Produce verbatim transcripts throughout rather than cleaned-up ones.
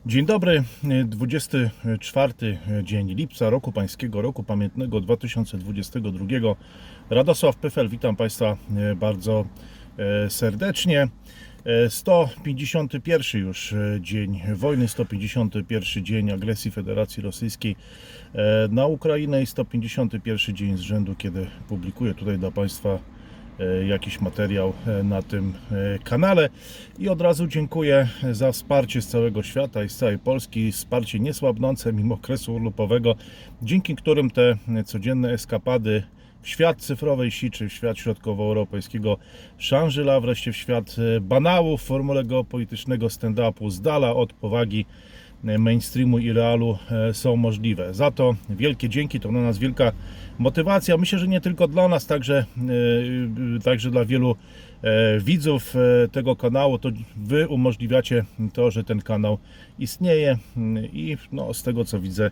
Dzień dobry, dwudziesty czwarty dzień lipca roku pańskiego, roku pamiętnego dwa tysiące dwudziestego drugiego. Radosław Pyfel, witam Państwa bardzo serdecznie. sto pięćdziesiąty pierwszy już dzień wojny, sto pięćdziesiąty pierwszy dzień agresji Federacji Rosyjskiej na Ukrainę i sto pięćdziesiąty pierwszy dzień z rzędu, kiedy publikuję tutaj dla Państwa jakiś materiał na tym kanale. I od razu dziękuję za wsparcie z całego świata i z całej Polski, wsparcie niesłabnące mimo okresu urlopowego, dzięki którym te codzienne eskapady w świat cyfrowej siczy, w świat środkowoeuropejskiego Shangri-La, wreszcie w świat banałów w formule geopolitycznego stand-upu, z dala od powagi mainstreamu i realu są możliwe. Za to wielkie dzięki, to dla nas wielka motywacja. Myślę, że nie tylko dla nas, także, także dla wielu widzów tego kanału. To Wy umożliwiacie to, że ten kanał istnieje i no, z tego co widzę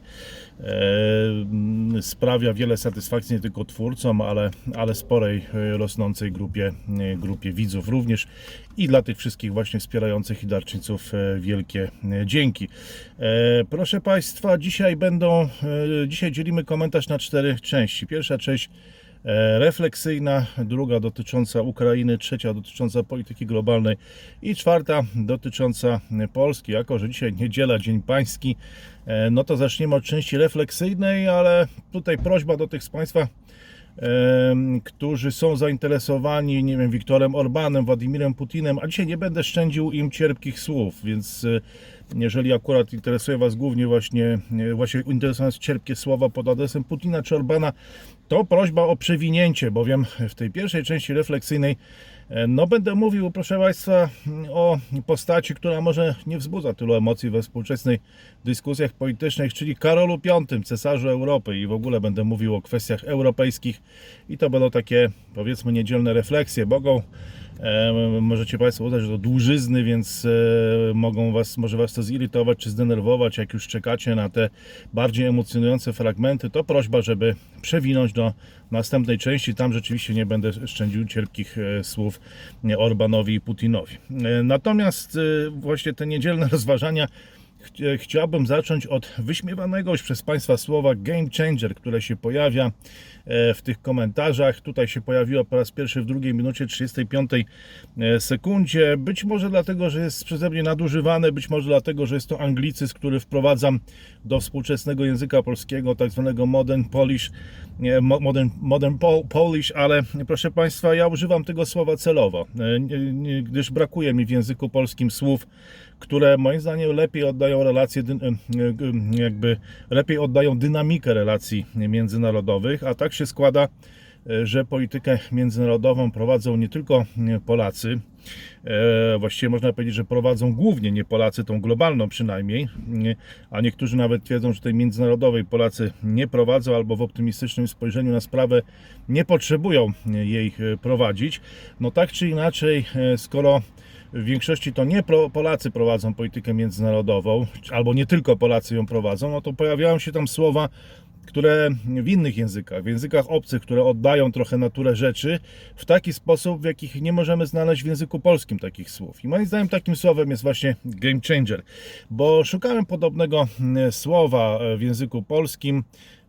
sprawia wiele satysfakcji nie tylko twórcom, ale, ale sporej, rosnącej grupie, grupie widzów również. I dla tych wszystkich właśnie wspierających i darczyńców wielkie dzięki. Proszę Państwa, dzisiaj będą, dzisiaj dzielimy komentarz na cztery części. Pierwsza część refleksyjna, druga dotycząca Ukrainy, trzecia dotycząca polityki globalnej i czwarta dotycząca Polski. Jako że dzisiaj niedziela, dzień pański, no to zaczniemy od części refleksyjnej, ale tutaj prośba do tych z Państwa, którzy są zainteresowani, nie wiem, Wiktorem Orbanem, Władimirem Putinem, a dzisiaj nie będę szczędził im cierpkich słów, więc jeżeli akurat interesuje Was głównie właśnie, właśnie interesują nas cierpkie słowa pod adresem Putina czy Orbana, to prośba o przewinięcie, bowiem w tej pierwszej części refleksyjnej no będę mówił, proszę Państwa, o postaci, która może nie wzbudza tylu emocji we współczesnych dyskusjach politycznych, czyli Karolu Piątym, cesarzu Europy, i w ogóle będę mówił o kwestiach europejskich i to będą takie, powiedzmy, niedzielne refleksje. Mogą, e, możecie Państwo uznać, że to dłużyzny, więc e, mogą was, może Was to zirytować czy zdenerwować, jak już czekacie na te bardziej emocjonujące fragmenty, to prośba, żeby przewinąć do następnej części. Tam rzeczywiście nie będę szczędził cierpkich słów Orbanowi i Putinowi. Natomiast właśnie te niedzielne rozważania chciałbym zacząć od wyśmiewanego już przez Państwa słowa game changer, które się pojawia w tych komentarzach. Tutaj się pojawiło po raz pierwszy w drugiej minucie trzydziestej piątej sekundzie. Być może dlatego, że jest przeze mnie nadużywane, być może dlatego, że jest to anglicyzm, który wprowadzam do współczesnego języka polskiego, tak zwanego modern Polish, modern, modern Polish, ale proszę Państwa, ja używam tego słowa celowo, gdyż brakuje mi w języku polskim słów, które moim zdaniem lepiej oddają relacje, jakby lepiej oddają dynamikę relacji międzynarodowych, a tak się składa, że politykę międzynarodową prowadzą nie tylko Polacy, właściwie można powiedzieć, że prowadzą głównie nie Polacy, tą globalną przynajmniej, a niektórzy nawet twierdzą, że tej międzynarodowej Polacy nie prowadzą albo w optymistycznym spojrzeniu na sprawę nie potrzebują jej prowadzić. No tak czy inaczej, skoro w większości to nie Polacy prowadzą politykę międzynarodową, albo nie tylko Polacy ją prowadzą, no to pojawiają się tam słowa, które w innych językach, w językach obcych, które oddają trochę naturę rzeczy w taki sposób, w jakich nie możemy znaleźć w języku polskim takich słów. I moim zdaniem takim słowem jest właśnie game changer, bo szukałem podobnego słowa w języku polskim.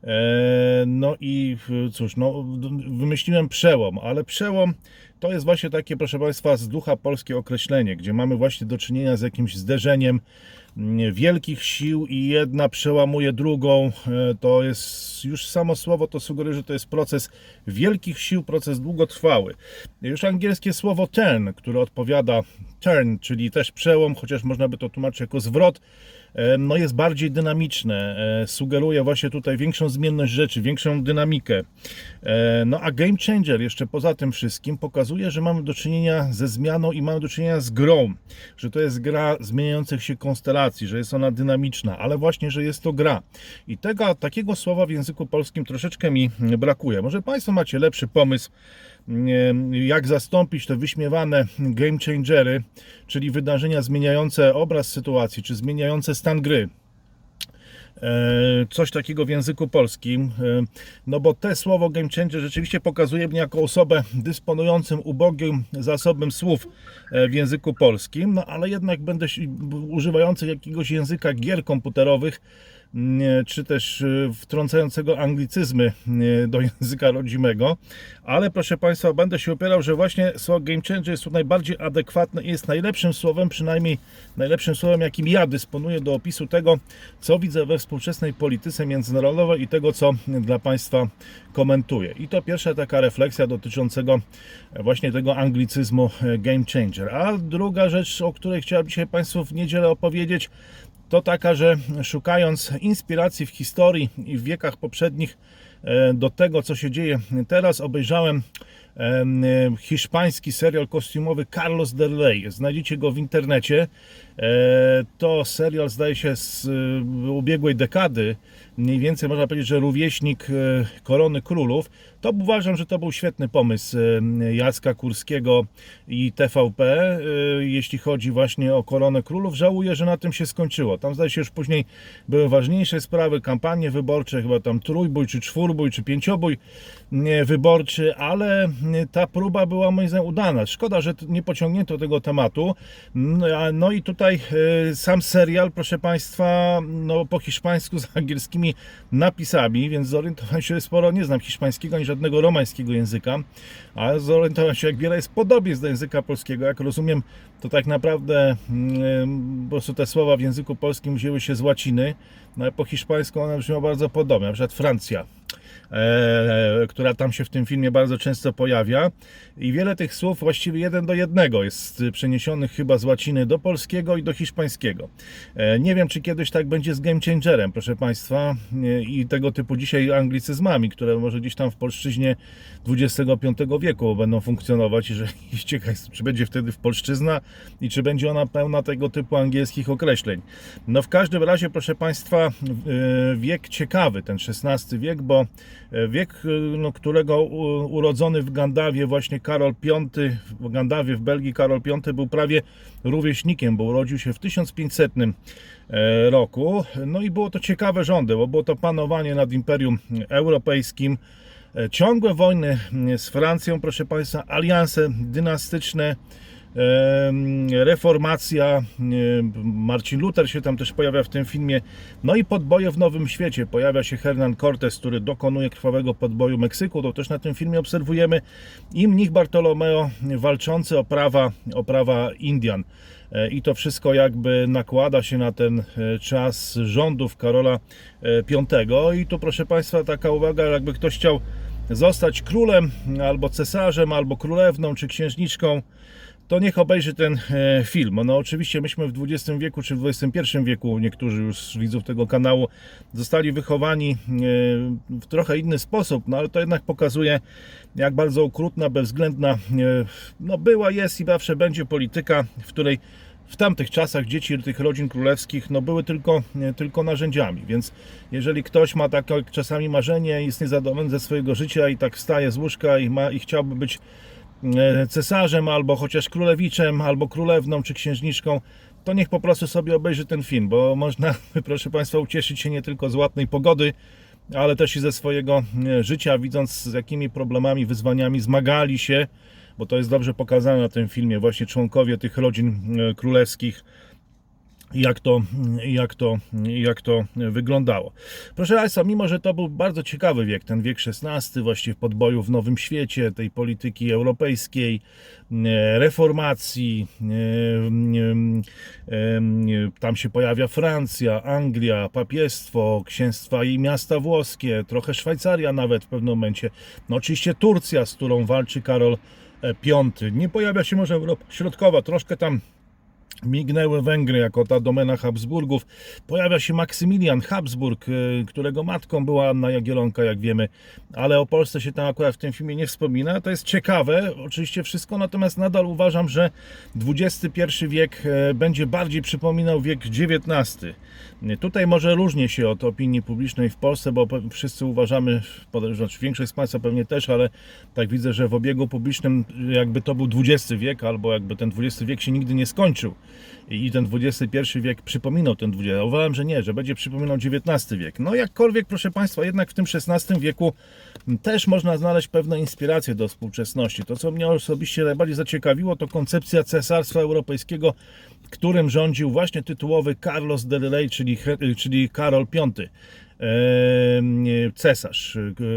No i cóż, no, wymyśliłem przełom, ale przełom to jest właśnie takie, proszę Państwa, z ducha polskie określenie, gdzie mamy właśnie do czynienia z jakimś zderzeniem wielkich sił i jedna przełamuje drugą. To jest już samo słowo, to sugeruje, że to jest proces wielkich sił, proces długotrwały. Już angielskie słowo turn, które odpowiada turn, czyli też przełom, chociaż można by to tłumaczyć jako zwrot, no jest bardziej dynamiczne, sugeruje właśnie tutaj większą zmienność rzeczy, większą dynamikę. No a game changer jeszcze poza tym wszystkim pokazuje, że mamy do czynienia ze zmianą i mamy do czynienia z grą, że to jest gra zmieniających się konstelacji, że jest ona dynamiczna, ale właśnie, że jest to gra. I tego, takiego słowa w języku polskim troszeczkę mi brakuje. Może Państwo macie lepszy pomysł, jak zastąpić te wyśmiewane game changery, czyli wydarzenia zmieniające obraz sytuacji, czy zmieniające stan gry, coś takiego w języku polskim, no bo te słowo game changer rzeczywiście pokazuje mnie jako osobę dysponującą ubogim zasobem słów w języku polskim, no ale jednak będę używający jakiegoś języka gier komputerowych, czy też wtrącającego anglicyzmy do języka rodzimego, ale proszę Państwa, będę się opierał, że właśnie słowo game changer jest tu najbardziej adekwatne i jest najlepszym słowem, przynajmniej najlepszym słowem, jakim ja dysponuję do opisu tego, co widzę we współczesnej polityce międzynarodowej i tego, co dla Państwa komentuję. I to pierwsza taka refleksja dotyczącego właśnie tego anglicyzmu game changer. A druga rzecz, o której chciałem dzisiaj Państwu w niedzielę opowiedzieć, to taka, że szukając inspiracji w historii i w wiekach poprzednich do tego, co się dzieje teraz, obejrzałem hiszpański serial kostiumowy Carlos del Rey. Znajdziecie go w internecie. To serial, zdaje się, z ubiegłej dekady. Mniej więcej można powiedzieć, że rówieśnik Korony Królów. To uważam, że to był świetny pomysł Jacka Kurskiego i T V P, jeśli chodzi właśnie o Koronę Królów. Żałuję, że na tym się skończyło. Tam, zdaje się, już później były ważniejsze sprawy, kampanie wyborcze, chyba tam trójbój, czy czwórbój, czy pięciobój wyborczy, ale ta próba była moim zdaniem udana. Szkoda, że nie pociągnięto tego tematu. No i tutaj sam serial, proszę Państwa, no po hiszpańsku z angielskimi napisami, więc zorientowałem się sporo, nie znam hiszpańskiego ani żadnego romańskiego języka, ale zorientowałem się, jak wiele jest podobieństw do języka polskiego. Jak rozumiem, to tak naprawdę po prostu te słowa w języku polskim wzięły się z łaciny, no ale po hiszpańsku one brzmią bardzo podobnie, na przykład Francja, E, która tam się w tym filmie bardzo często pojawia i wiele tych słów właściwie jeden do jednego jest przeniesionych chyba z łaciny do polskiego i do hiszpańskiego. E, nie wiem, czy kiedyś tak będzie z game changerem, proszę Państwa, e, i tego typu dzisiaj anglicyzmami, które może gdzieś tam w polszczyźnie dwudziestego piątego wieku będą funkcjonować i że ciekaw, czy będzie wtedy w polszczyzna i czy będzie ona pełna tego typu angielskich określeń. No w każdym razie, proszę Państwa, e, wiek ciekawy, ten szesnasty wiek, bo wiek, no, którego urodzony w Gandawie właśnie Karol Piąty, w Gandawie w Belgii Karol Piąty był prawie rówieśnikiem, bo urodził się w tysiąc pięćsetnym roku. No i było to ciekawe rządy, bo było to panowanie nad Imperium Europejskim, ciągłe wojny z Francją, proszę Państwa, alianse dynastyczne, reformacja, Marcin Luther się tam też pojawia w tym filmie, no i podboje w Nowym Świecie. Pojawia się Hernán Cortés, który dokonuje krwawego podboju Meksyku, to też na tym filmie obserwujemy, i mnich Bartolomeo walczący o prawa, o prawa Indian. I to wszystko jakby nakłada się na ten czas rządów Karola Piątego. I tu, proszę Państwa, taka uwaga, jakby ktoś chciał zostać królem, albo cesarzem, albo królewną, czy księżniczką, to niech obejrzy ten film. No oczywiście myśmy w dwudziestym wieku czy w dwudziestym pierwszym wieku, niektórzy już z widzów tego kanału, zostali wychowani w trochę inny sposób, no ale to jednak pokazuje, jak bardzo okrutna, bezwzględna no była, jest i zawsze będzie polityka, w której w tamtych czasach dzieci tych rodzin królewskich no, były tylko, tylko narzędziami, więc jeżeli ktoś ma takie czasami marzenie, jest niezadowolony ze swojego życia i tak wstaje z łóżka i, ma, i chciałby być cesarzem, albo chociaż królewiczem, albo królewną, czy księżniczką, to niech po prostu sobie obejrzy ten film, bo można, proszę Państwa, ucieszyć się nie tylko z ładnej pogody, ale też i ze swojego życia, widząc, z jakimi problemami, wyzwaniami zmagali się, bo to jest dobrze pokazane na tym filmie, właśnie członkowie tych rodzin królewskich, jak to, jak to, jak to wyglądało. Proszę Państwa, mimo że to był bardzo ciekawy wiek, ten wiek szesnasty, właśnie podboju w Nowym Świecie, tej polityki europejskiej, reformacji, tam się pojawia Francja, Anglia, papiestwo, księstwa i miasta włoskie, trochę Szwajcaria nawet w pewnym momencie, no oczywiście Turcja, z którą walczy Karol Piąty. Nie pojawia się może Europa Środkowa, troszkę tam mignęły Węgry jako ta domena Habsburgów. Pojawia się Maksymilian Habsburg, którego matką była Anna Jagiellonka, jak wiemy, ale o Polsce się tam akurat w tym filmie nie wspomina. To jest ciekawe, oczywiście wszystko, natomiast nadal uważam, że dwudziesty pierwszy wiek będzie bardziej przypominał wiek dziewiętnasty. Tutaj może różnie się od opinii publicznej w Polsce, bo wszyscy uważamy, znaczy większość z Państwa pewnie też, ale tak widzę, że w obiegu publicznym jakby to był dwudziesty wiek, albo jakby ten dwudziesty wiek się nigdy nie skończył. i ten dwudziesty pierwszy wiek przypominał ten dwudziesty. Uważam, że nie, że będzie przypominał dziewiętnasty wiek. No jakkolwiek, proszę Państwa, jednak w tym szesnastym wieku też można znaleźć pewne inspiracje do współczesności. To, co mnie osobiście najbardziej zaciekawiło, to koncepcja Cesarstwa Europejskiego, którym rządził właśnie tytułowy Carlos de Ley, czyli, czyli Karol piąty. Cesarz,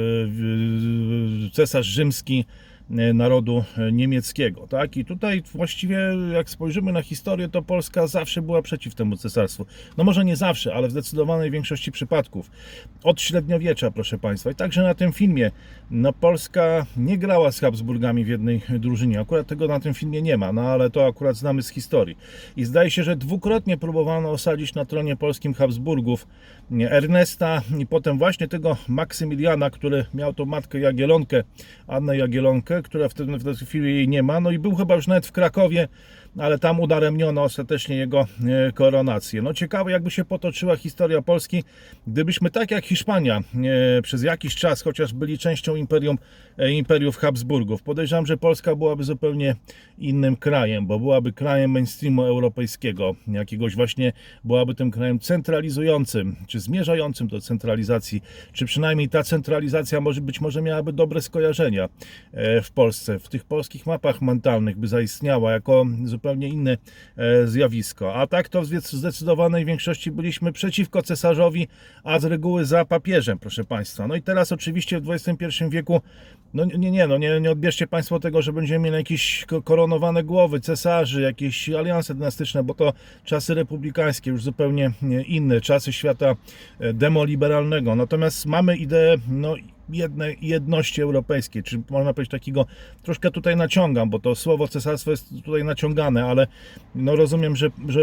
cesarz rzymski narodu niemieckiego, tak? I tutaj właściwie, jak spojrzymy na historię, to Polska zawsze była przeciw temu cesarstwu. No może nie zawsze, ale w zdecydowanej większości przypadków. Od średniowiecza, proszę Państwa. I także na tym filmie, no Polska nie grała z Habsburgami w jednej drużynie. Akurat tego na tym filmie nie ma, no ale to akurat znamy z historii. I zdaje się, że dwukrotnie próbowano osadzić na tronie polskim Habsburgów Ernesta i potem właśnie tego Maksymiliana, który miał tą matkę Jagiellonkę, Annę Jagiellonkę, która w tej, w tej chwili jej nie ma, no i był chyba już nawet w Krakowie, ale tam udaremniono ostatecznie jego koronację. No ciekawe, jakby się potoczyła historia Polski, gdybyśmy tak jak Hiszpania przez jakiś czas chociaż byli częścią imperium, imperiów Habsburgów. Podejrzewam, że Polska byłaby zupełnie innym krajem, bo byłaby krajem mainstreamu europejskiego, jakiegoś właśnie, byłaby tym krajem centralizującym, czy zmierzającym do centralizacji, czy przynajmniej ta centralizacja może być może miałaby dobre skojarzenia w Polsce, w tych polskich mapach mentalnych by zaistniała jako zupełnie inne zjawisko. A tak to w zdecydowanej większości byliśmy przeciwko cesarzowi, a z reguły za papieżem, proszę Państwa. No i teraz oczywiście w dwudziestym pierwszym wieku, no nie, nie, no nie, nie odbierzcie Państwo tego, że będziemy mieli jakieś koronowane głowy cesarzy, jakieś alianse dynastyczne, bo to czasy republikańskie, już zupełnie inne, czasy świata demoliberalnego. Natomiast mamy ideę, no jednej jedności europejskiej, czy można powiedzieć takiego, troszkę tutaj naciągam, bo to słowo cesarstwo jest tutaj naciągane, ale no rozumiem, że, że,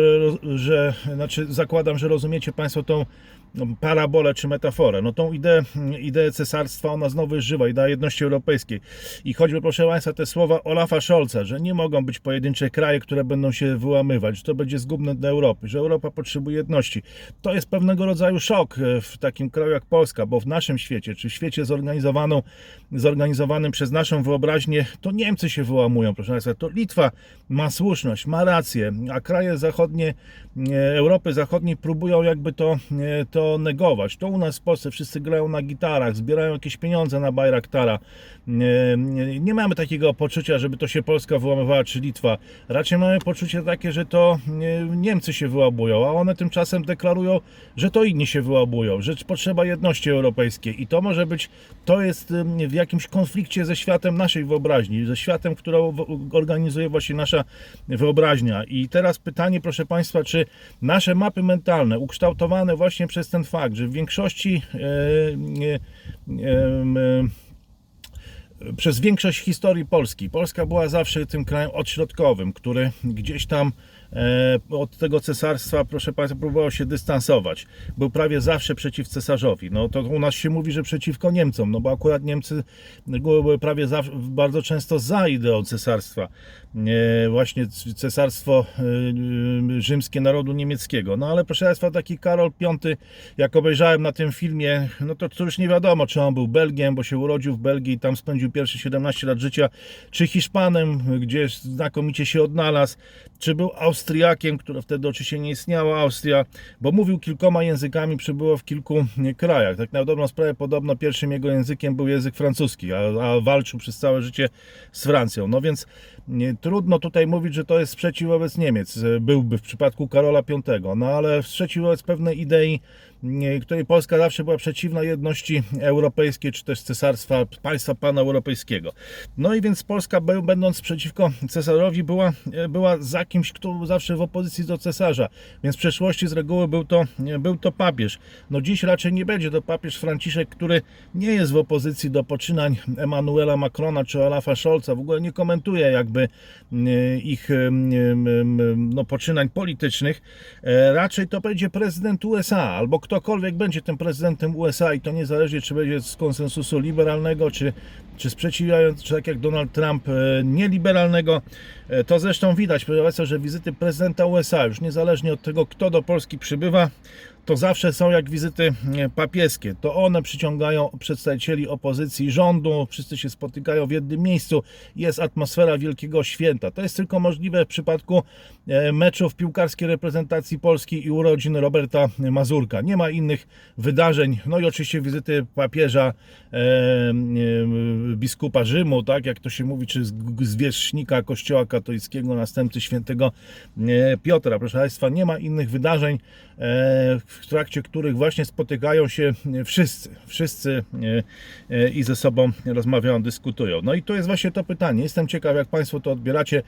że znaczy zakładam, że rozumiecie Państwo tą parabolę czy metaforę. No tą ideę, ideę cesarstwa, ona znowu jest żywa, idea jedności europejskiej. I choćby, proszę Państwa, te słowa Olafa Scholza, że nie mogą być pojedyncze kraje, które będą się wyłamywać, że to będzie zgubne dla Europy, że Europa potrzebuje jedności. To jest pewnego rodzaju szok w takim kraju jak Polska, bo w naszym świecie, czy w świecie zorganizowaną, zorganizowanym przez naszą wyobraźnię, to Niemcy się wyłamują, proszę Państwa, to Litwa ma słuszność, ma rację, a kraje zachodnie, Europy Zachodniej próbują jakby to, to negować. To u nas w Polsce wszyscy grają na gitarach, zbierają jakieś pieniądze na Bajraktara. Nie, nie, nie mamy takiego poczucia, żeby to się Polska wyłamywała, czy Litwa. Raczej mamy poczucie takie, że to Niemcy się wyłabują, a one tymczasem deklarują, że to inni się wyłabują, że potrzeba jedności europejskiej. I to może być, to jest w jakimś konflikcie ze światem naszej wyobraźni, ze światem, którą organizuje właśnie nasza wyobraźnia. I teraz pytanie, proszę Państwa, czy nasze mapy mentalne, ukształtowane właśnie przez ten fakt, że w większości e, e, e, przez większość historii Polski, Polska była zawsze tym krajem odśrodkowym, który gdzieś tam od tego cesarstwa, proszę Państwa, próbował się dystansować. Był prawie zawsze przeciw cesarzowi. No to u nas się mówi, że przeciwko Niemcom, no bo akurat Niemcy były prawie zawsze, bardzo często za ideą cesarstwa. Właśnie cesarstwo rzymskie narodu niemieckiego. No ale proszę Państwa, taki Karol piąty, jak obejrzałem na tym filmie, no to, to już nie wiadomo, czy on był Belgiem, bo się urodził w Belgii i tam spędził pierwsze siedemnaście lat życia, czy Hiszpanem, gdzie znakomicie się odnalazł, czy był Austriakiem, które wtedy oczywiście nie istniała Austria, bo mówił kilkoma językami, przebywał w kilku krajach. Tak na dobrą sprawę podobno pierwszym jego językiem był język francuski, a, a walczył przez całe życie z Francją. No więc nie, trudno tutaj mówić, że to jest sprzeciw wobec Niemiec, byłby w przypadku Karola piątego, no ale sprzeciw wobec pewnej idei, której Polska zawsze była przeciwna jedności europejskiej, czy też cesarstwa, państwa paneuropejskiego. No i więc Polska, będąc przeciwko cesarowi, była, była za kimś, kto był zawsze w opozycji do cesarza, więc w przeszłości z reguły był to, był to papież. No dziś raczej nie będzie to papież Franciszek, który nie jest w opozycji do poczynań Emmanuela Macrona czy Olafa Scholza, w ogóle nie komentuje jakby ich no, poczynań politycznych. Raczej to będzie prezydent U S A, albo ktokolwiek będzie tym prezydentem U S A i to niezależnie, czy będzie z konsensusu liberalnego, czy, czy sprzeciwiając, czy tak jak Donald Trump, nieliberalnego. To zresztą widać, proszę Państwa, że wizyty prezydenta U S A, już niezależnie od tego, kto do Polski przybywa, to zawsze są jak wizyty papieskie. To one przyciągają przedstawicieli opozycji, rządu, wszyscy się spotykają w jednym miejscu, jest atmosfera wielkiego święta. To jest tylko możliwe w przypadku meczów piłkarskiej reprezentacji Polski i urodzin Roberta Mazurka. Nie ma innych wydarzeń. No i oczywiście wizyty papieża, e, e, biskupa Rzymu, tak jak to się mówi, czy zwierzchnika Kościoła katolickiego, następcy świętego Piotra. Proszę Państwa, nie ma innych wydarzeń, w trakcie których właśnie spotykają się wszyscy, wszyscy i ze sobą rozmawiają, dyskutują. No i to jest właśnie to pytanie. Jestem ciekaw, jak Państwo to odbieracie.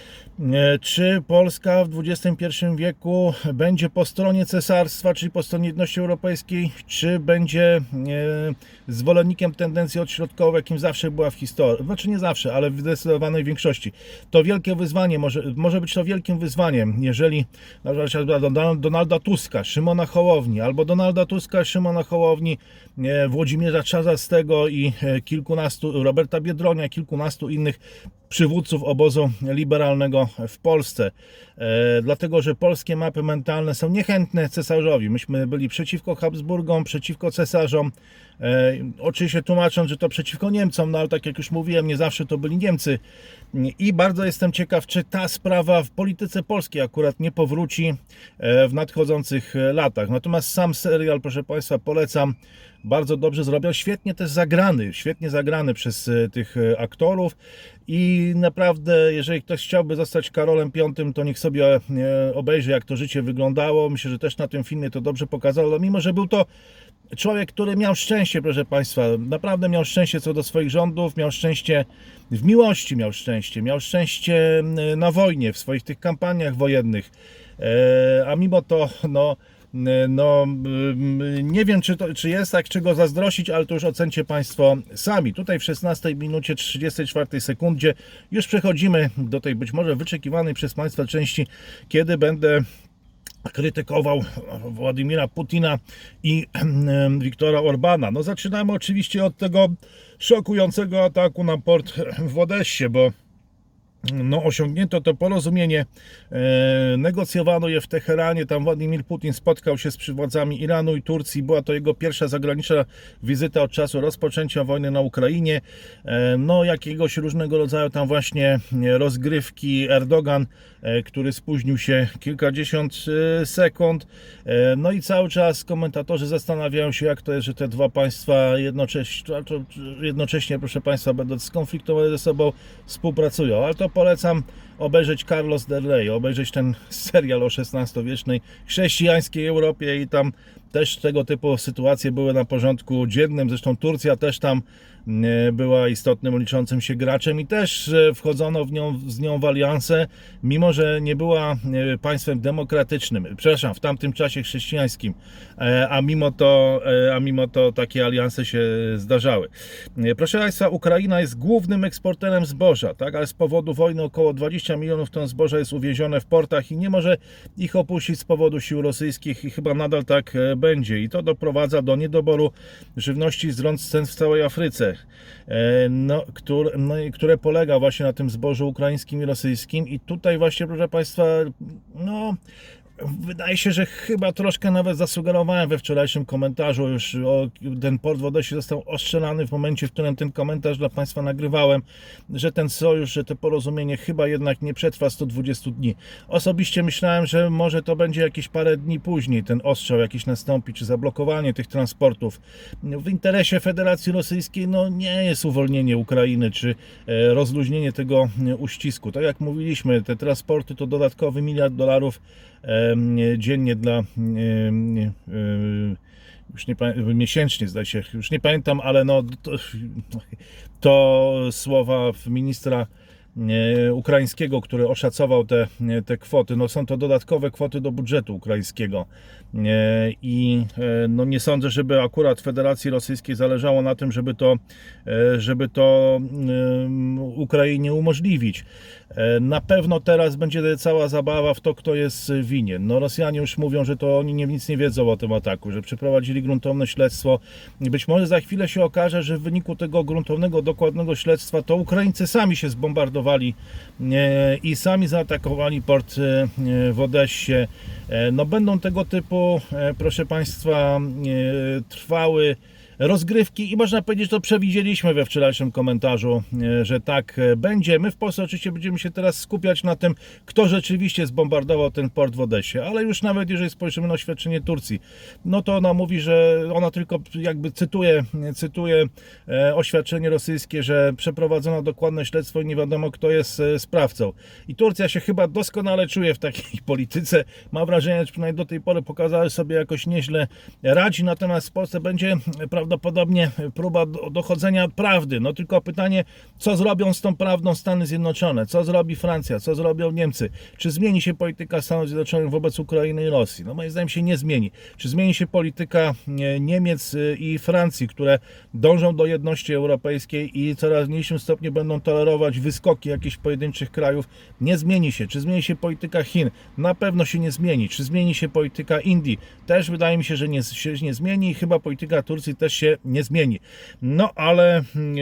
Czy Polska w dwudziestym pierwszym wieku będzie po stronie cesarstwa, czyli po stronie jedności europejskiej, czy będzie zwolennikiem tendencji odśrodkowej, jakim zawsze była w historii? Znaczy nie zawsze, ale w zdecydowanej większości. To wielkie wyzwanie, może, może być to wielkim wyzwaniem, jeżeli na przykład Donalda Tuska, Szymona Hołowni, albo Donalda Tuska, Szymona Hołowni, Włodzimierza Czarzastego i kilkunastu, Roberta Biedronia, kilkunastu innych przywódców obozu liberalnego w Polsce. E, dlatego, że polskie mapy mentalne są niechętne cesarzowi. Myśmy byli przeciwko Habsburgom, przeciwko cesarzom. E, oczywiście tłumacząc, że to przeciwko Niemcom, no ale tak jak już mówiłem, nie zawsze to byli Niemcy. I bardzo jestem ciekaw, czy ta sprawa w polityce polskiej akurat nie powróci w nadchodzących latach. Natomiast sam serial, proszę Państwa, polecam. Bardzo dobrze zrobił, świetnie też zagrany, świetnie zagrany przez tych aktorów i naprawdę, jeżeli ktoś chciałby zostać Karolem Piątym, to niech sobie obejrzy, jak to życie wyglądało. Myślę, że też na tym filmie to dobrze pokazało, mimo że był to człowiek, który miał szczęście, proszę Państwa, naprawdę miał szczęście co do swoich rządów, miał szczęście w miłości, miał szczęście, miał szczęście na wojnie, w swoich tych kampaniach wojennych, a mimo to, no, no nie wiem, czy, to, czy jest tak, czego zazdrościć, ale to już ocencie Państwo sami. Tutaj w szesnastej minucie trzydziestej czwartej sekundzie już przechodzimy do tej być może wyczekiwanej przez Państwa części, kiedy będę krytykował Władimira Putina i Wiktora Orbana. No zaczynamy oczywiście od tego szokującego ataku na port w Odessie, bo no, osiągnięto to porozumienie, e, negocjowano je w Teheranie, tam Władimir Putin spotkał się z przywódcami Iranu i Turcji, była to jego pierwsza zagraniczna wizyta od czasu rozpoczęcia wojny na Ukrainie, e, no jakiegoś różnego rodzaju tam właśnie rozgrywki. Erdogan, e, który spóźnił się kilkadziesiąt e, sekund, e, no i cały czas komentatorzy zastanawiają się, jak to jest, że te dwa państwa jednocześnie, jednocześnie proszę Państwa, będąc skonfliktowane ze sobą, współpracują, ale to polecam obejrzeć Carlos del Rey, obejrzeć ten serial o szesnastowiecznej chrześcijańskiej Europie i tam też tego typu sytuacje były na porządku dziennym. Zresztą Turcja też tam była istotnym, liczącym się graczem i też wchodzono w nią, z nią w aliansę, mimo że nie była państwem demokratycznym, przepraszam, w tamtym czasie chrześcijańskim, a mimo to, a mimo to takie alianse się zdarzały. Proszę Państwa, Ukraina jest głównym eksporterem zboża, tak? Ale z powodu wojny około dwadzieścia milionów ton zboża jest uwiezione w portach i nie może ich opuścić z powodu sił rosyjskich i chyba nadal tak będzie. I to doprowadza do niedoboru żywności z rąk cen w całej Afryce, no, które, no, które polega właśnie na tym zbożu ukraińskim i rosyjskim. I tutaj właśnie, proszę Państwa, no wydaje się, że chyba troszkę nawet zasugerowałem we wczorajszym komentarzu już, o, ten port w Odessie został ostrzelany w momencie, w którym ten komentarz dla Państwa nagrywałem, że ten sojusz, że to porozumienie chyba jednak nie przetrwa sto dwudziestu dni. Osobiście myślałem, że może to będzie jakieś parę dni później ten ostrzał jakiś nastąpi, czy zablokowanie tych transportów. W interesie Federacji Rosyjskiej no, nie jest uwolnienie Ukrainy, czy e, rozluźnienie tego uścisku. Tak jak mówiliśmy, te transporty to dodatkowy miliard dolarów dziennie dla, już nie pamiętam, miesięcznie zdaje się, już nie pamiętam, ale no to, to słowa ministra ukraińskiego, który oszacował te, te kwoty. No są to dodatkowe kwoty do budżetu ukraińskiego i no nie sądzę, żeby akurat Federacji Rosyjskiej zależało na tym, żeby to, żeby to Ukrainie umożliwić. Na pewno teraz będzie cała zabawa w to, kto jest winien. No Rosjanie już mówią, że to oni nie, nic nie wiedzą o tym ataku, że przeprowadzili gruntowne śledztwo i być może za chwilę się okaże, że w wyniku tego gruntownego, dokładnego śledztwa to Ukraińcy sami się zbombardowali i sami zaatakowali port w Odessie. No będą tego typu, proszę Państwa, trwały rozgrywki i można powiedzieć, że to przewidzieliśmy we wczorajszym komentarzu, że tak będzie. My w Polsce oczywiście będziemy się teraz skupiać na tym, kto rzeczywiście zbombardował ten port w Odessie, ale już nawet jeżeli spojrzymy na oświadczenie Turcji, no to ona mówi, że ona tylko jakby cytuje, cytuje oświadczenie rosyjskie, że przeprowadzono dokładne śledztwo i nie wiadomo, kto jest sprawcą. I Turcja się chyba doskonale czuje w takiej polityce. Mam wrażenie, że przynajmniej do tej pory pokazała sobie jakoś nieźle radzi, natomiast w Polsce będzie prawdopodobnie próba dochodzenia prawdy. No tylko pytanie, co zrobią z tą prawdą Stany Zjednoczone? Co zrobi Francja? Co zrobią Niemcy? Czy zmieni się polityka Stanów Zjednoczonych wobec Ukrainy i Rosji? No moim zdaniem się nie zmieni. Czy zmieni się polityka Niemiec i Francji, które dążą do jedności europejskiej i coraz mniejszym stopniu będą tolerować wyskoki jakichś pojedynczych krajów? Nie zmieni się. Czy zmieni się polityka Chin? Na pewno się nie zmieni. Czy zmieni się polityka Indii? Też wydaje mi się, że nie, się nie zmieni i chyba polityka Turcji też się nie zmieni. No ale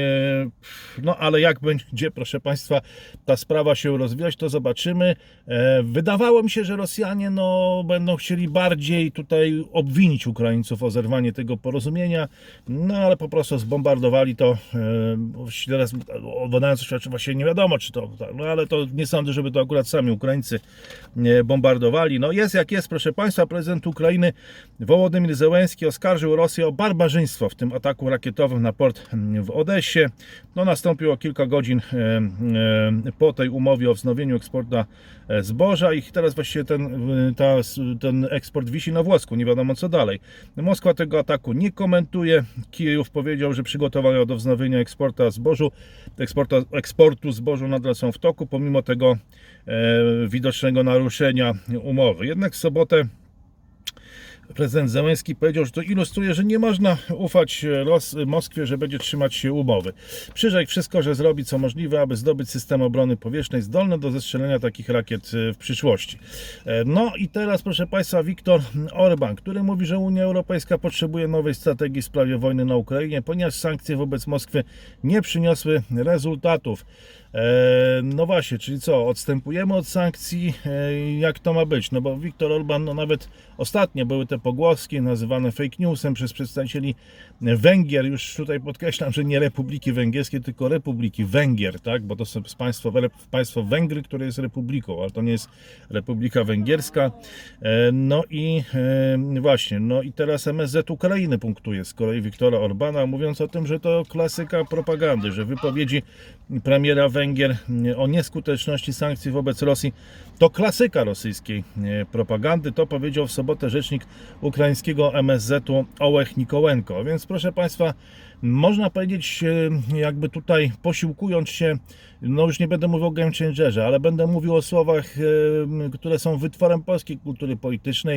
no ale jak będzie, proszę Państwa, ta sprawa się rozwijać, to zobaczymy. Wydawało mi się, że Rosjanie no, będą chcieli bardziej tutaj obwinić Ukraińców o zerwanie tego porozumienia, no ale po prostu zbombardowali to. Teraz badając oświadczenie, właśnie nie wiadomo, czy to, no ale to nie sądzę, żeby to akurat sami Ukraińcy bombardowali. No jest jak jest, proszę Państwa. Prezydent Ukrainy Wołodymyr Zełenski oskarżył Rosję o barbarzyństwo w tym ataku rakietowym na port w Odessie. No, nastąpiło kilka godzin po tej umowie o wznowieniu eksportu zboża i teraz właściwie ten, ta, ten eksport wisi na włosku. Nie wiadomo co dalej. Moskwa tego ataku nie komentuje. Kijów powiedział, że przygotowania do wznowienia eksportu zbożu, eksportu, eksportu zbożu nadal są w toku, pomimo tego e, widocznego naruszenia umowy. Jednak w sobotę prezydent Zełenski powiedział, że to ilustruje, że nie można ufać Ros Moskwie, że będzie trzymać się umowy. Przyrzekł wszystko, że zrobi co możliwe, aby zdobyć system obrony powietrznej zdolny do zestrzelenia takich rakiet w przyszłości. No i teraz, proszę Państwa, Viktor Orban, który mówi, że Unia Europejska potrzebuje nowej strategii w sprawie wojny na Ukrainie, ponieważ sankcje wobec Moskwy nie przyniosły rezultatów. No właśnie, czyli co, odstępujemy od sankcji, jak to ma być? No bo Viktor Orban, no nawet ostatnio były te pogłoski nazywane fake newsem przez przedstawicieli Węgier, już tutaj podkreślam, że nie Republiki Węgierskie, tylko Republiki Węgier, tak, bo to są państwo, państwo Węgry, które jest republiką, ale to nie jest Republika Węgierska. No i właśnie, no i teraz M S Z Ukrainy punktuje z kolei Viktora Orbana, mówiąc o tym, że to klasyka propagandy, że wypowiedzi premiera Węgier o nieskuteczności sankcji wobec Rosji to klasyka rosyjskiej propagandy. To powiedział w sobotę rzecznik ukraińskiego M S Z-u Ołech Nikołenko. Więc proszę Państwa, można powiedzieć, jakby tutaj posiłkując się, no już nie będę mówił o game changerze, ale będę mówił o słowach, które są wytworem polskiej kultury politycznej,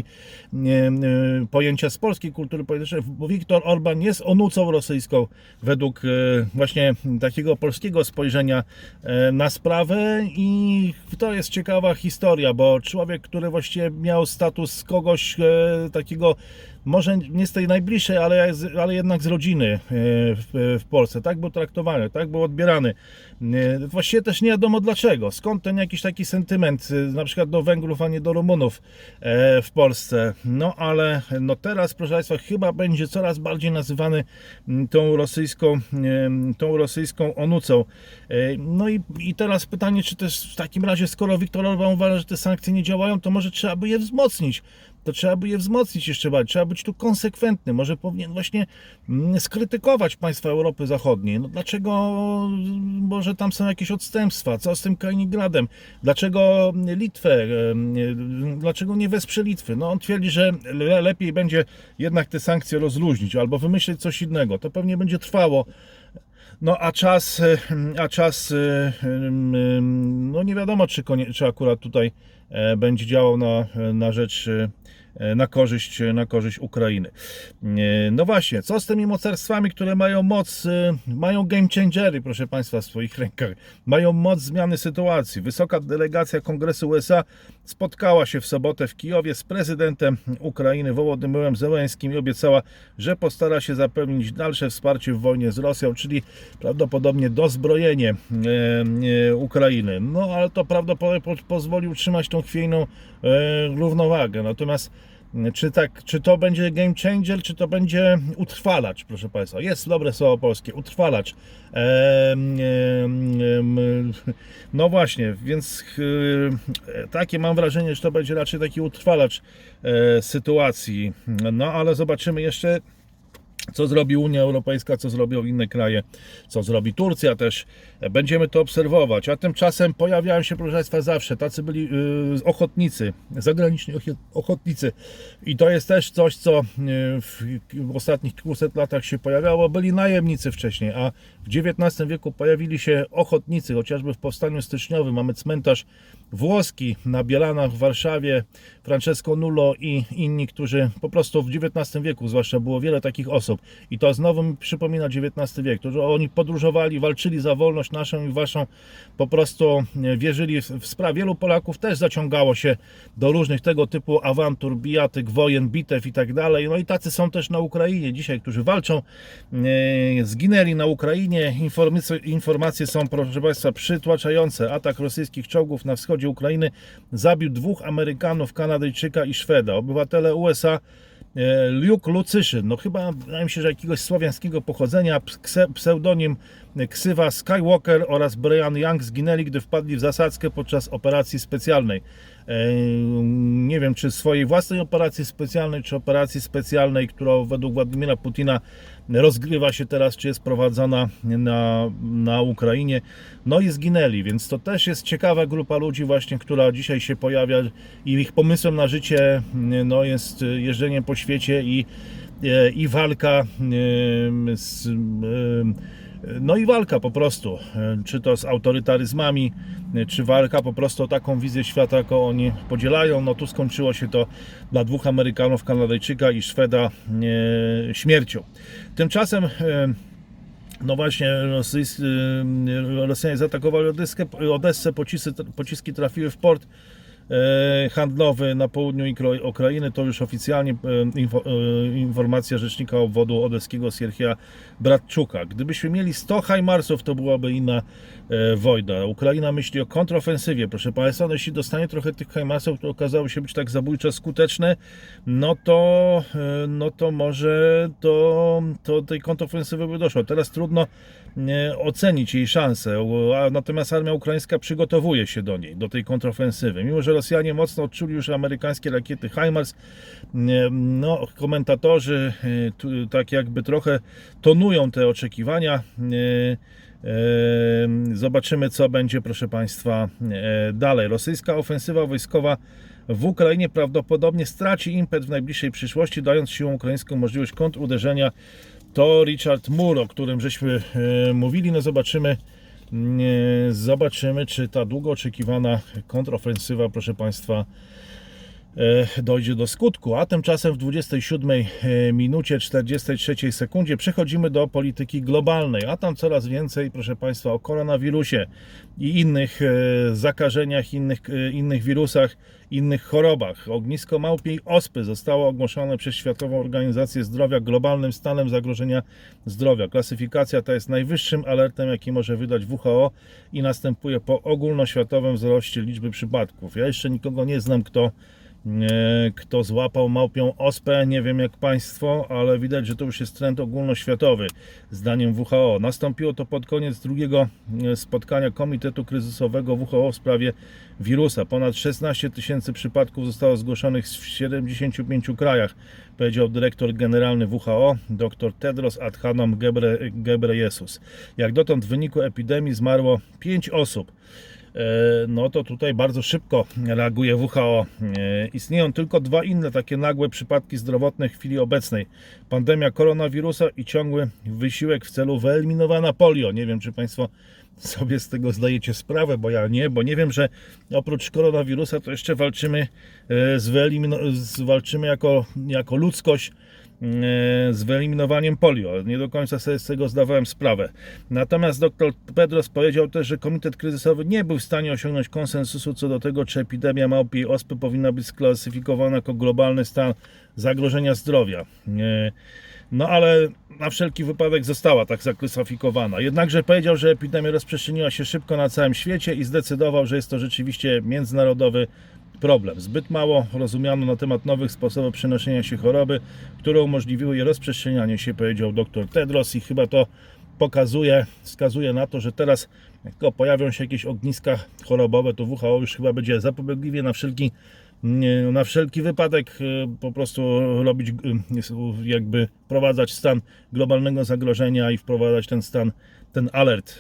pojęcia z polskiej kultury politycznej, bo Viktor Orban jest onucą rosyjską według właśnie takiego polskiego spojrzenia na sprawę i to jest ciekawa historia, bo człowiek, który właściwie miał status kogoś takiego, może nie z tej najbliższej, ale, ale jednak z rodziny w, w Polsce. Tak był traktowany, tak był odbierany. Właściwie też nie wiadomo dlaczego. Skąd ten jakiś taki sentyment, na przykład do Węgrów, a nie do Rumunów w Polsce. No ale no teraz, proszę Państwa, chyba będzie coraz bardziej nazywany tą rosyjską, tą rosyjską onucą. No i, i teraz pytanie, czy też w takim razie, skoro Viktor Orban uważa, że te sankcje nie działają, to może trzeba by je wzmocnić. To trzeba by je wzmocnić jeszcze bardziej, trzeba być tu konsekwentny, może powinien właśnie skrytykować państwa Europy Zachodniej. No dlaczego, może tam są jakieś odstępstwa, co z tym Kaliningradem, dlaczego Litwę, dlaczego nie wesprze Litwy? No on twierdzi, że le lepiej będzie jednak te sankcje rozluźnić albo wymyślić coś innego, to pewnie będzie trwało. No a czas, a czas, no nie wiadomo, czy, konie, czy akurat tutaj będzie działał na, na rzecz na korzyść, na korzyść Ukrainy. No właśnie, co z tymi mocarstwami, które mają moc, mają game changery, proszę Państwa, w swoich rękach, mają moc zmiany sytuacji. Wysoka delegacja Kongresu U S A spotkała się w sobotę w Kijowie z prezydentem Ukrainy Wołodymyrem Zełenskim i obiecała, że postara się zapewnić dalsze wsparcie w wojnie z Rosją, czyli prawdopodobnie dozbrojenie Ukrainy. No ale to prawdopodobnie pozwoli utrzymać tą chwiejną równowagę. Natomiast Czy, tak, czy to będzie game changer, czy to będzie utrwalacz, proszę Państwa. Jest dobre słowo polskie, utrwalacz. Ehm, ehm, no właśnie, więc e, takie mam wrażenie, że to będzie raczej taki utrwalacz e, sytuacji. No ale zobaczymy jeszcze, co zrobi Unia Europejska, co zrobią inne kraje, co zrobi Turcja też. Będziemy to obserwować. A tymczasem pojawiają się, proszę Państwa, zawsze tacy byli yy, ochotnicy, zagraniczni ochotnicy. I to jest też coś, co yy, w, w ostatnich kilkuset latach się pojawiało. Byli najemnicy wcześniej, a w dziewiętnastym wieku pojawili się ochotnicy, chociażby w powstaniu styczniowym. Mamy cmentarz włoski na Bielanach w Warszawie, Francesco Nullo i inni, którzy po prostu w dziewiętnastym wieku, zwłaszcza było wiele takich osób. I to znowu mi przypomina dziewiętnasty wiek, którzy oni podróżowali, walczyli za wolność naszą i waszą, po prostu wierzyli w sprawie. Wielu Polaków też zaciągało się do różnych tego typu awantur, bijatyk, wojen, bitew i tak dalej. No i tacy są też na Ukrainie dzisiaj, którzy walczą, zginęli na Ukrainie. Informacje, informacje są, proszę Państwa, przytłaczające. Atak rosyjskich czołgów na wschodzie Ukrainy zabił dwóch Amerykanów, Kanadyjczyka i Szweda. Obywatele U S A Luke Lucyszyn, no chyba wydaje mi się, że jakiegoś słowiańskiego pochodzenia, pseudonim ksywa Skywalker oraz Brian Young zginęli, gdy wpadli w zasadzkę podczas operacji specjalnej. Nie wiem, czy swojej własnej operacji specjalnej, czy operacji specjalnej, która według Władimira Putina rozgrywa się teraz, czy jest prowadzona na, na Ukrainie. No i zginęli, więc to też jest ciekawa grupa ludzi właśnie, która dzisiaj się pojawia i ich pomysłem na życie no, jest jeżdżenie po świecie i, i walka z... No i walka po prostu, czy to z autorytaryzmami, czy walka po prostu o taką wizję świata, jaką oni podzielają. No tu skończyło się to dla dwóch Amerykanów, Kanadyjczyka i Szweda śmiercią. Tymczasem no właśnie Rosjanie, Rosjanie zaatakowali Odessę, Odessę pociski, pociski trafiły w port handlowy na południu Ukrainy. To już oficjalnie info, informacja rzecznika obwodu odeskiego Sierhieja Bratczuka. Gdybyśmy mieli sto hajmarsów, to byłaby inna wojna. Ukraina myśli o kontrofensywie, proszę Państwa. No, jeśli dostanie trochę tych hajmarsów, które okazały się być tak zabójczo skuteczne, no to, no to może do, do tej kontrofensywy by doszło. Teraz trudno ocenić jej szanse, natomiast armia ukraińska przygotowuje się do niej, do tej kontrofensywy. Mimo że Rosjanie mocno odczuli już amerykańskie rakiety HIMARS, no komentatorzy tak jakby trochę tonują te oczekiwania. Zobaczymy, co będzie, proszę Państwa, dalej. Rosyjska ofensywa wojskowa w Ukrainie prawdopodobnie straci impet w najbliższej przyszłości, dając siłom ukraińską możliwość kontruderzenia. To Richard Moore, o którym żeśmy mówili. No zobaczymy, zobaczymy, czy ta długo oczekiwana kontrofensywa, proszę Państwa, dojdzie do skutku. A tymczasem w dwudziestej siódmej minucie czterdziestej trzeciej sekundzie przechodzimy do polityki globalnej, a tam coraz więcej, proszę Państwa, o koronawirusie i innych zakażeniach, innych, innych wirusach, innych chorobach. Ognisko małpiej ospy zostało ogłoszone przez Światową Organizację Zdrowia globalnym stanem zagrożenia zdrowia. Klasyfikacja ta jest najwyższym alertem, jaki może wydać W H O i następuje po ogólnoświatowym wzroście liczby przypadków. Ja jeszcze nikogo nie znam, kto kto złapał małpią ospę, nie wiem jak Państwo, ale widać, że to już jest trend ogólnoświatowy, zdaniem W H O. Nastąpiło to pod koniec drugiego spotkania Komitetu Kryzysowego W H O w sprawie wirusa. Ponad szesnaście tysięcy przypadków zostało zgłoszonych w siedemdziesięciu pięciu krajach, powiedział dyrektor generalny W H O, dr Tedros Adhanom Gebre, Ghebreyesus. Jak dotąd w wyniku epidemii zmarło pięć osób. No to tutaj bardzo szybko reaguje W H O. Istnieją tylko dwa inne takie nagłe przypadki zdrowotne w chwili obecnej. Pandemia koronawirusa i ciągły wysiłek w celu wyeliminowania polio. Nie wiem, czy Państwo sobie z tego zdajecie sprawę, bo ja nie, bo nie wiem, że oprócz koronawirusa to jeszcze walczymy, z wyelimino- z, walczymy jako, jako ludzkość z wyeliminowaniem polio. Nie do końca sobie z tego zdawałem sprawę. Natomiast dr Tedros powiedział też, że Komitet Kryzysowy nie był w stanie osiągnąć konsensusu co do tego, czy epidemia małpiej ospy powinna być sklasyfikowana jako globalny stan zagrożenia zdrowia. No ale na wszelki wypadek została tak zaklasyfikowana. Jednakże powiedział, że epidemia rozprzestrzeniła się szybko na całym świecie i zdecydował, że jest to rzeczywiście międzynarodowy problem. Zbyt mało rozumiano na temat nowych sposobów przenoszenia się choroby, które umożliwiły jej rozprzestrzenianie się, powiedział dr Tedros, i chyba to pokazuje, wskazuje na to, że teraz jak tylko pojawią się jakieś ogniska chorobowe, to W H O już chyba będzie zapobiegliwie na wszelki na wszelki wypadek po prostu robić, jakby wprowadzać stan globalnego zagrożenia i wprowadzać ten stan, ten alert.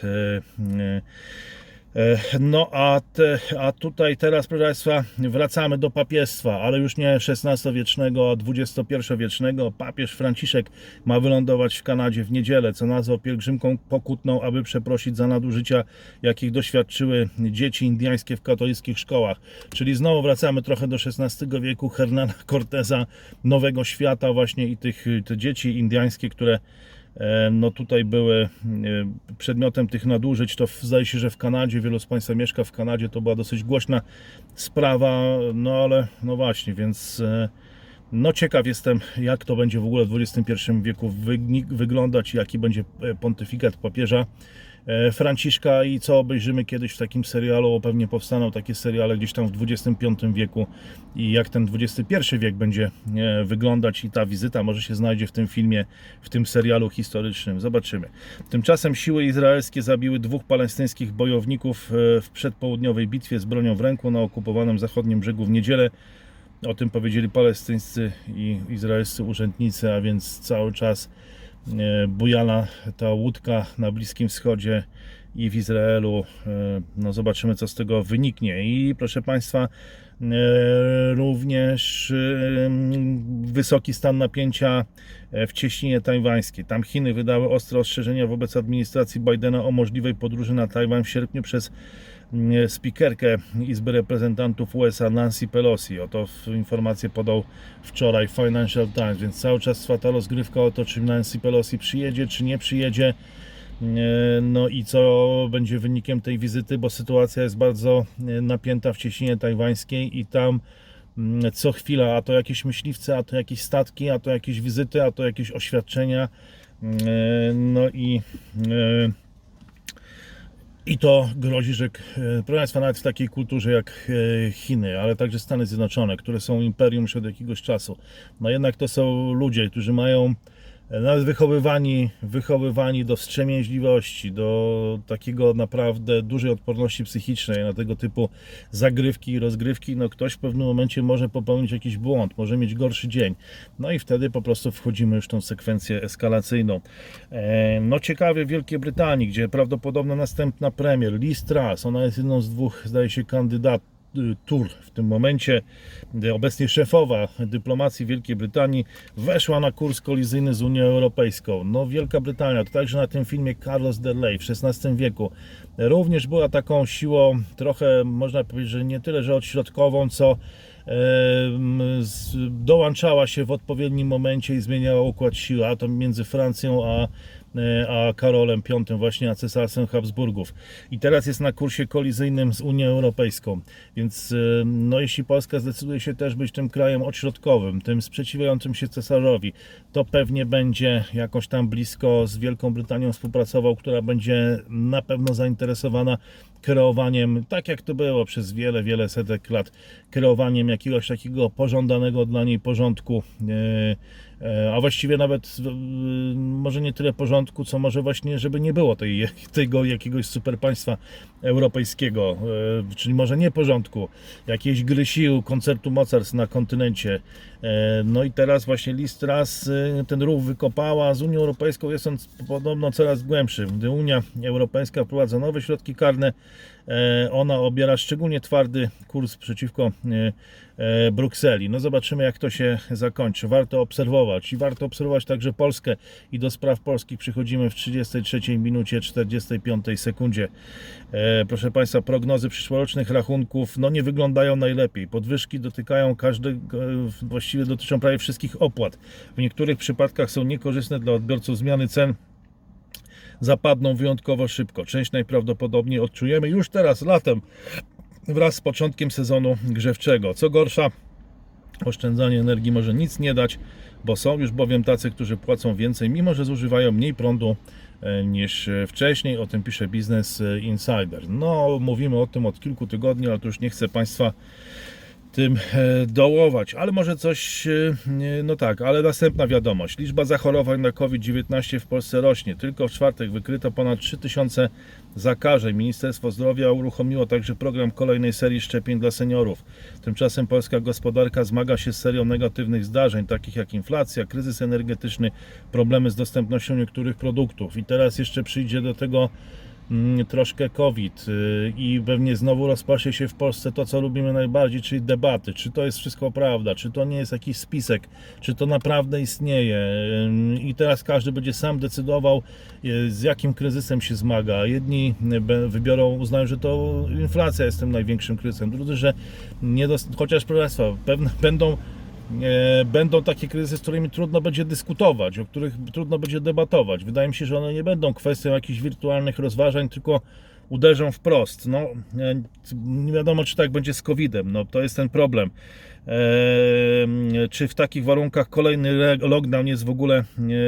No a, te, a tutaj teraz, proszę Państwa, wracamy do papiestwa, ale już nie szesnastowiecznego, a dwudziestopierwowiecznego. Papież Franciszek ma wylądować w Kanadzie w niedzielę, co nazwał pielgrzymką pokutną, aby przeprosić za nadużycia, jakich doświadczyły dzieci indiańskie w katolickich szkołach. Czyli znowu wracamy trochę do szesnastego wieku, Hernana Corteza, Nowego Świata właśnie, i tych te dzieci indiańskie, które no tutaj były przedmiotem tych nadużyć. To zdaje się, że w Kanadzie, wielu z Państwa mieszka w Kanadzie, to była dosyć głośna sprawa, no ale no właśnie, więc no ciekaw jestem, jak to będzie w ogóle w dwudziestym pierwszym wieku wyglądać, jaki będzie pontyfikat papieża Franciszka i co obejrzymy kiedyś w takim serialu, bo pewnie powstaną takie seriale gdzieś tam w dwudziestym piątym wieku, i jak ten dwudziesty pierwszy wiek będzie wyglądać, i ta wizyta może się znajdzie w tym filmie, w tym serialu historycznym. Zobaczymy. Tymczasem siły izraelskie zabiły dwóch palestyńskich bojowników w przedpołudniowej bitwie z bronią w ręku na okupowanym zachodnim brzegu w niedzielę. O tym powiedzieli palestyńscy i izraelscy urzędnicy, a więc cały czas bujana ta łódka na Bliskim Wschodzie i w Izraelu. No zobaczymy, co z tego wyniknie. I proszę Państwa, również wysoki stan napięcia w cieśninie tajwańskiej. Tam Chiny wydały ostre ostrzeżenia wobec administracji Bidena o możliwej podróży na Tajwan w sierpniu przez spikerkę Izby Reprezentantów U S A Nancy Pelosi. Oto informację podał wczoraj Financial Times, więc cały czas trwa ta rozgrywka o to, czy Nancy Pelosi przyjedzie, czy nie przyjedzie. No i co będzie wynikiem tej wizyty, bo sytuacja jest bardzo napięta w cieśninie tajwańskiej i tam co chwila, a to jakieś myśliwce, a to jakieś statki, a to jakieś wizyty, a to jakieś oświadczenia. No i I to grozi, że proszę Państwa, nawet w takiej kulturze jak Chiny, ale także Stany Zjednoczone, które są imperium już od jakiegoś czasu, no jednak to są ludzie, którzy mają nawet wychowywani, wychowywani do wstrzemięźliwości, do takiego naprawdę dużej odporności psychicznej na tego typu zagrywki i rozgrywki. No ktoś w pewnym momencie może popełnić jakiś błąd, może mieć gorszy dzień. No i wtedy po prostu wchodzimy już w tą sekwencję eskalacyjną. No ciekawie w Wielkiej Brytanii, gdzie prawdopodobna następna premier Liz Truss, ona jest jedną z dwóch, zdaje się, kandydatów Tur w tym momencie, obecnie szefowa dyplomacji Wielkiej Brytanii, weszła na kurs kolizyjny z Unią Europejską. No Wielka Brytania, to także na tym filmie Carlos Derley w szesnastym wieku również była taką siłą trochę, można powiedzieć, że nie tyle, że odśrodkową, co dołączała się w odpowiednim momencie i zmieniała układ sił, a to między Francją a a Karolem Piątym, właśnie, a cesarstwem Habsburgów. I teraz jest na kursie kolizyjnym z Unią Europejską. Więc no, jeśli Polska zdecyduje się też być tym krajem odśrodkowym, tym sprzeciwiającym się cesarzowi, to pewnie będzie jakoś tam blisko z Wielką Brytanią współpracował, która będzie na pewno zainteresowana kreowaniem, tak jak to było przez wiele, wiele setek lat, kreowaniem jakiegoś takiego pożądanego dla niej porządku, a właściwie nawet może nie tyle porządku, co może właśnie, żeby nie było tej, tego jakiegoś super państwa europejskiego, czyli może nie porządku, jakiejś gry sił, koncertu mocarstw na kontynencie, No i teraz właśnie Liz Truss ten rów wykopała. Z Unią Europejską jest on podobno coraz głębszy. Gdy Unia Europejska wprowadza nowe środki karne, ona obiera szczególnie twardy kurs przeciwko Brukseli. No zobaczymy, jak to się zakończy. Warto obserwować i warto obserwować także Polskę i do spraw polskich przychodzimy w trzydziestej trzeciej minucie czterdziestej piątej sekundzie. Proszę Państwa, prognozy przyszłorocznych rachunków no nie wyglądają najlepiej. Podwyżki dotykają każdego, właściwie dotyczą prawie wszystkich opłat. W niektórych przypadkach są niekorzystne dla odbiorców. Zmiany cen zapadną wyjątkowo szybko. Część najprawdopodobniej odczujemy już teraz latem wraz z początkiem sezonu grzewczego. Co gorsza, oszczędzanie energii może nic nie dać, bo są już bowiem tacy, którzy płacą więcej, mimo że zużywają mniej prądu niż wcześniej. O tym pisze Business Insider. No, mówimy o tym od kilku tygodni, ale to już nie chcę Państwa tym dołować, ale może coś, no tak, ale następna wiadomość. Liczba zachorowań na COVID dziewiętnaście w Polsce rośnie. Tylko w czwartek wykryto ponad trzy tysiące zakażeń. Ministerstwo Zdrowia uruchomiło także program kolejnej serii szczepień dla seniorów. Tymczasem polska gospodarka zmaga się z serią negatywnych zdarzeń, takich jak inflacja, kryzys energetyczny, problemy z dostępnością niektórych produktów. I teraz jeszcze przyjdzie do tego troszkę COVID i pewnie znowu rozpasie się w Polsce to, co lubimy najbardziej, czyli debaty, czy to jest wszystko prawda, czy to nie jest jakiś spisek, czy to naprawdę istnieje i teraz każdy będzie sam decydował, z jakim kryzysem się zmaga. Jedni wybiorą, uznają, że to inflacja jest tym największym kryzysem, drudzy, że nie dost... chociaż proszę Państwa, pewne będą Będą takie kryzysy, z którymi trudno będzie dyskutować, o których trudno będzie debatować. Wydaje mi się, że one nie będą kwestią jakichś wirtualnych rozważań, tylko uderzą wprost. No, nie wiadomo, czy tak będzie z kowidem. No, to jest ten problem. Eee, czy w takich warunkach kolejny lockdown jest w ogóle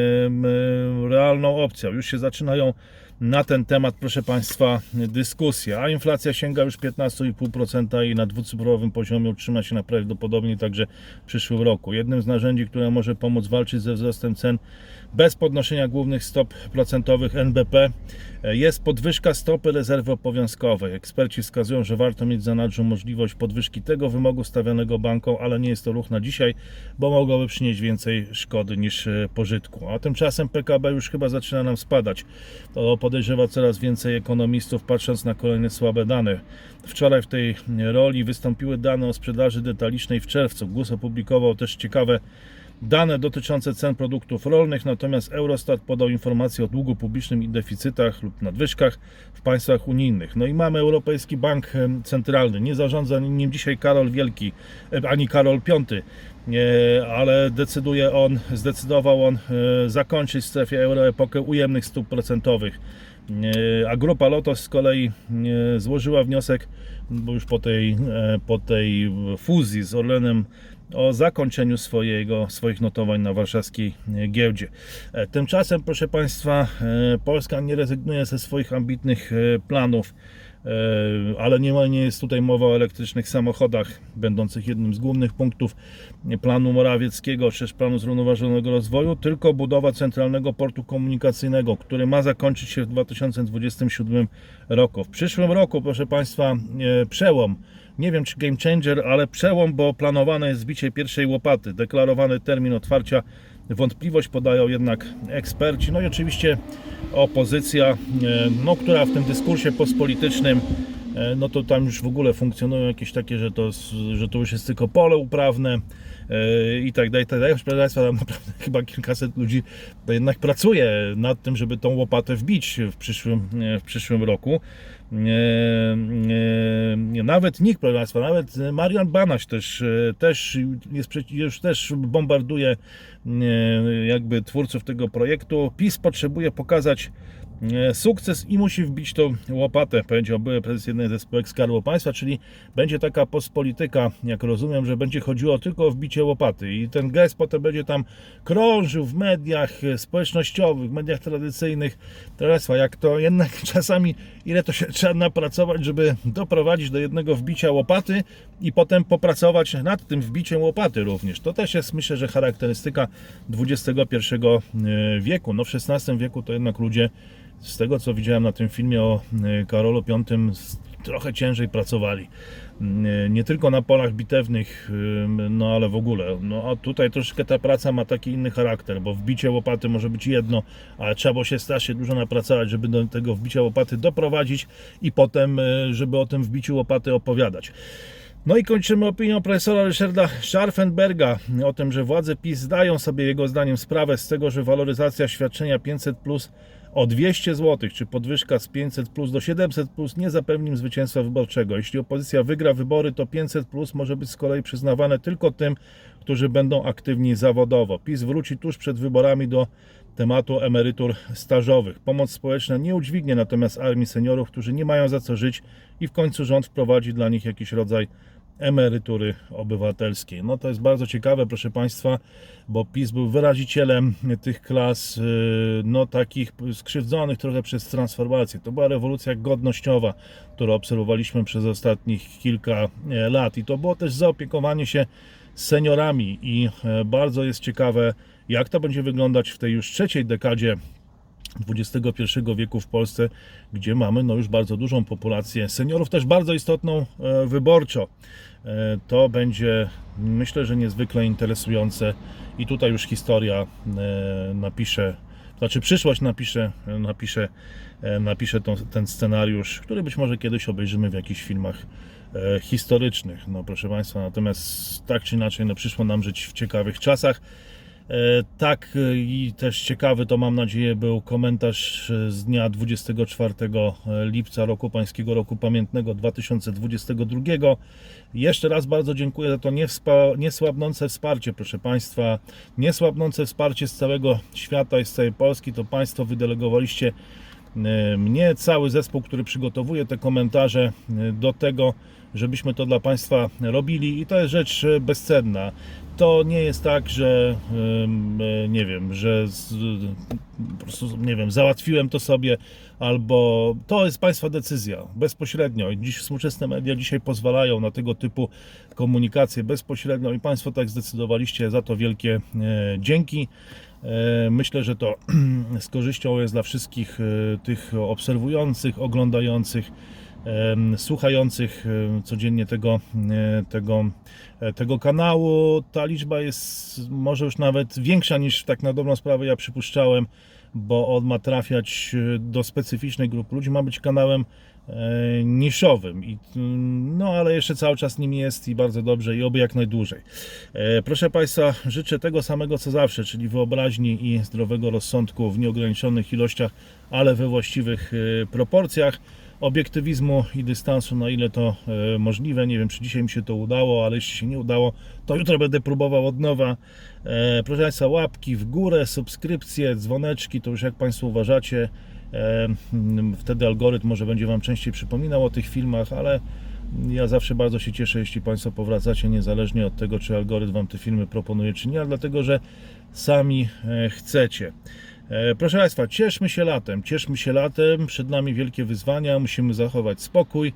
e, realną opcją? Już się zaczynają na ten temat, proszę Państwa, dyskusje, a inflacja sięga już piętnaście i pół procent i na dwucyfrowym poziomie utrzyma się najprawdopodobniej także w przyszłym roku. Jednym z narzędzi, które może pomóc walczyć ze wzrostem cen bez podnoszenia głównych stop procentowych N B P, jest podwyżka stopy rezerwy obowiązkowej. Eksperci wskazują, że warto mieć w zanadrzu możliwość podwyżki tego wymogu stawianego bankom, ale nie jest to ruch na dzisiaj, bo mogłoby przynieść więcej szkody niż pożytku. A tymczasem P K B już chyba zaczyna nam spadać. To podejrzewa coraz więcej ekonomistów, patrząc na kolejne słabe dane. Wczoraj w tej roli wystąpiły dane o sprzedaży detalicznej w czerwcu. G U S opublikował też ciekawe dane dotyczące cen produktów rolnych, natomiast Eurostat podał informacje o długu publicznym i deficytach lub nadwyżkach w państwach unijnych. No i mamy Europejski Bank Centralny. Nie zarządza nim dzisiaj Karol Wielki, ani Karol Piąty, ale decyduje on, zdecydował on zakończyć w strefie euro epokę ujemnych stóp procentowych. A grupa Lotos z kolei złożyła wniosek, bo już po tej, po tej fuzji z Orlenem, o zakończeniu swojego, swoich notowań na warszawskiej giełdzie. Tymczasem, proszę Państwa, Polska nie rezygnuje ze swoich ambitnych planów, ale nie, ma, nie jest tutaj mowa o elektrycznych samochodach, będących jednym z głównych punktów planu Morawieckiego, czy też planu zrównoważonego rozwoju, tylko budowa centralnego portu komunikacyjnego, który ma zakończyć się w dwa tysiące dwudziestym siódmym roku. W przyszłym roku, proszę Państwa, przełom. Nie wiem, czy game changer, ale przełom, bo planowane jest zbicie pierwszej łopaty. Deklarowany termin otwarcia wątpliwość podają jednak eksperci. No i oczywiście opozycja, no, która w tym dyskursie postpolitycznym, no to tam już w ogóle funkcjonują jakieś takie, że to, że to już jest tylko pole uprawne i tak dalej, i tak dalej. Proszę Państwa, tam naprawdę chyba kilkaset ludzi to jednak pracuje nad tym, żeby tą łopatę wbić w przyszłym, w przyszłym roku. Nawet nikt, proszę Państwa, nawet Marian Banaś też, też jest, już też bombarduje jakby twórców tego projektu. PiS potrzebuje pokazać sukces i musi wbić tą łopatę, powiedział były prezes jednej ze spółek Skarbu Państwa, czyli będzie taka postpolityka, jak rozumiem, że będzie chodziło tylko o wbicie łopaty i ten gest potem będzie tam krążył w mediach społecznościowych, mediach tradycyjnych. Teraz jak to jednak czasami ile to się trzeba napracować, żeby doprowadzić do jednego wbicia łopaty i potem popracować nad tym wbiciem łopaty również. To też jest, myślę, że charakterystyka dwudziestego pierwszego wieku. No w szesnastym wieku to jednak ludzie, z tego co widziałem na tym filmie o Karolu Piątym, trochę ciężej pracowali. Nie tylko na polach bitewnych, no ale w ogóle. No a tutaj troszkę ta praca ma taki inny charakter, bo wbicie łopaty może być jedno, ale trzeba było się strasznie dużo napracować, żeby do tego wbicia łopaty doprowadzić i potem, żeby o tym wbiciu łopaty opowiadać. No i kończymy opinią profesora Ryszarda Scharfenberga o tym, że władze PiS zdają sobie jego zdaniem sprawę z tego, że waloryzacja świadczenia pięćset plus o dwieście złotych, czy podwyżka z pięćset plus do siedemset plus nie zapewni im zwycięstwa wyborczego. Jeśli opozycja wygra wybory, to pięćset plus może być z kolei przyznawane tylko tym, którzy będą aktywni zawodowo. PiS wróci tuż przed wyborami do tematu emerytur stażowych. Pomoc społeczna nie udźwignie natomiast armii seniorów, którzy nie mają za co żyć i w końcu rząd wprowadzi dla nich jakiś rodzaj emerytury obywatelskiej. No to jest bardzo ciekawe, proszę Państwa, bo PiS był wyrazicielem tych klas, no takich skrzywdzonych trochę przez transformację. To była rewolucja godnościowa, którą obserwowaliśmy przez ostatnich kilka lat i to było też zaopiekowanie się seniorami i bardzo jest ciekawe, jak to będzie wyglądać w tej już trzeciej dekadzie dwudziestego pierwszego wieku w Polsce, gdzie mamy no już bardzo dużą populację seniorów, też bardzo istotną e, wyborczo. E, to będzie, myślę, że niezwykle interesujące i tutaj już historia e, napisze, znaczy przyszłość napisze, napisze, e, napisze tą, ten scenariusz, który być może kiedyś obejrzymy w jakichś filmach e, historycznych. No proszę Państwa, natomiast tak czy inaczej no, przyszło nam żyć w ciekawych czasach. Tak i też ciekawy to mam nadzieję był komentarz z dnia dwudziestego czwartego lipca roku pańskiego, roku pamiętnego dwa tysiące dwudziestego drugiego. Jeszcze raz bardzo dziękuję za to niesłabnące wsparcie, proszę Państwa, niesłabnące wsparcie z całego świata i z całej Polski. To Państwo wydelegowaliście mnie, cały zespół, który przygotowuje te komentarze do tego, żebyśmy to dla Państwa robili i to jest rzecz bezcenna. To nie jest tak, że nie wiem, że z, po prostu, nie wiem, załatwiłem to sobie, albo to jest Państwa decyzja bezpośrednio. Dziś współczesne media dzisiaj pozwalają na tego typu komunikację bezpośrednio i Państwo tak zdecydowaliście, za to wielkie dzięki. Myślę, że to z korzyścią jest dla wszystkich tych obserwujących, oglądających, słuchających codziennie tego, tego, tego kanału. Ta liczba jest może już nawet większa niż tak na dobrą sprawę ja przypuszczałem, bo on ma trafiać do specyficznej grupy ludzi, ma być kanałem niszowym. I, no ale jeszcze cały czas nim jest i bardzo dobrze i oby jak najdłużej. Proszę Państwa, życzę tego samego co zawsze, czyli wyobraźni i zdrowego rozsądku w nieograniczonych ilościach, ale we właściwych proporcjach. Obiektywizmu i dystansu, na ile to e, możliwe. Nie wiem, czy dzisiaj mi się to udało, ale jeśli się nie udało, to jutro będę próbował od nowa. E, proszę Państwa, łapki w górę, subskrypcje, dzwoneczki, to już jak Państwo uważacie. E, wtedy algorytm może będzie Wam częściej przypominał o tych filmach, ale ja zawsze bardzo się cieszę, jeśli Państwo powracacie, niezależnie od tego, czy algorytm Wam te filmy proponuje, czy nie, ale dlatego, że sami e, chcecie. Proszę Państwa, cieszmy się latem, cieszmy się latem, przed nami wielkie wyzwania, musimy zachować spokój,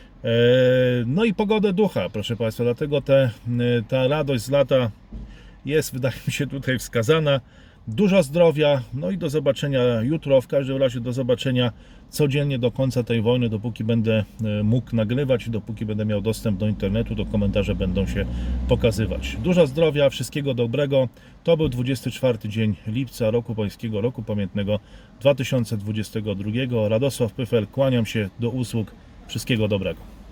no i pogodę ducha, proszę Państwa, dlatego te, ta radość z lata jest, wydaje mi się, tutaj wskazana. Dużo zdrowia, no i do zobaczenia jutro, w każdym razie do zobaczenia codziennie do końca tej wojny, dopóki będę mógł nagrywać, dopóki będę miał dostęp do internetu, to komentarze będą się pokazywać. Dużo zdrowia, wszystkiego dobrego. To był dwudziesty czwarty dzień lipca roku pańskiego, roku pamiętnego dwa tysiące dwudziestego drugiego. Radosław Pyfel, kłaniam się do usług. Wszystkiego dobrego.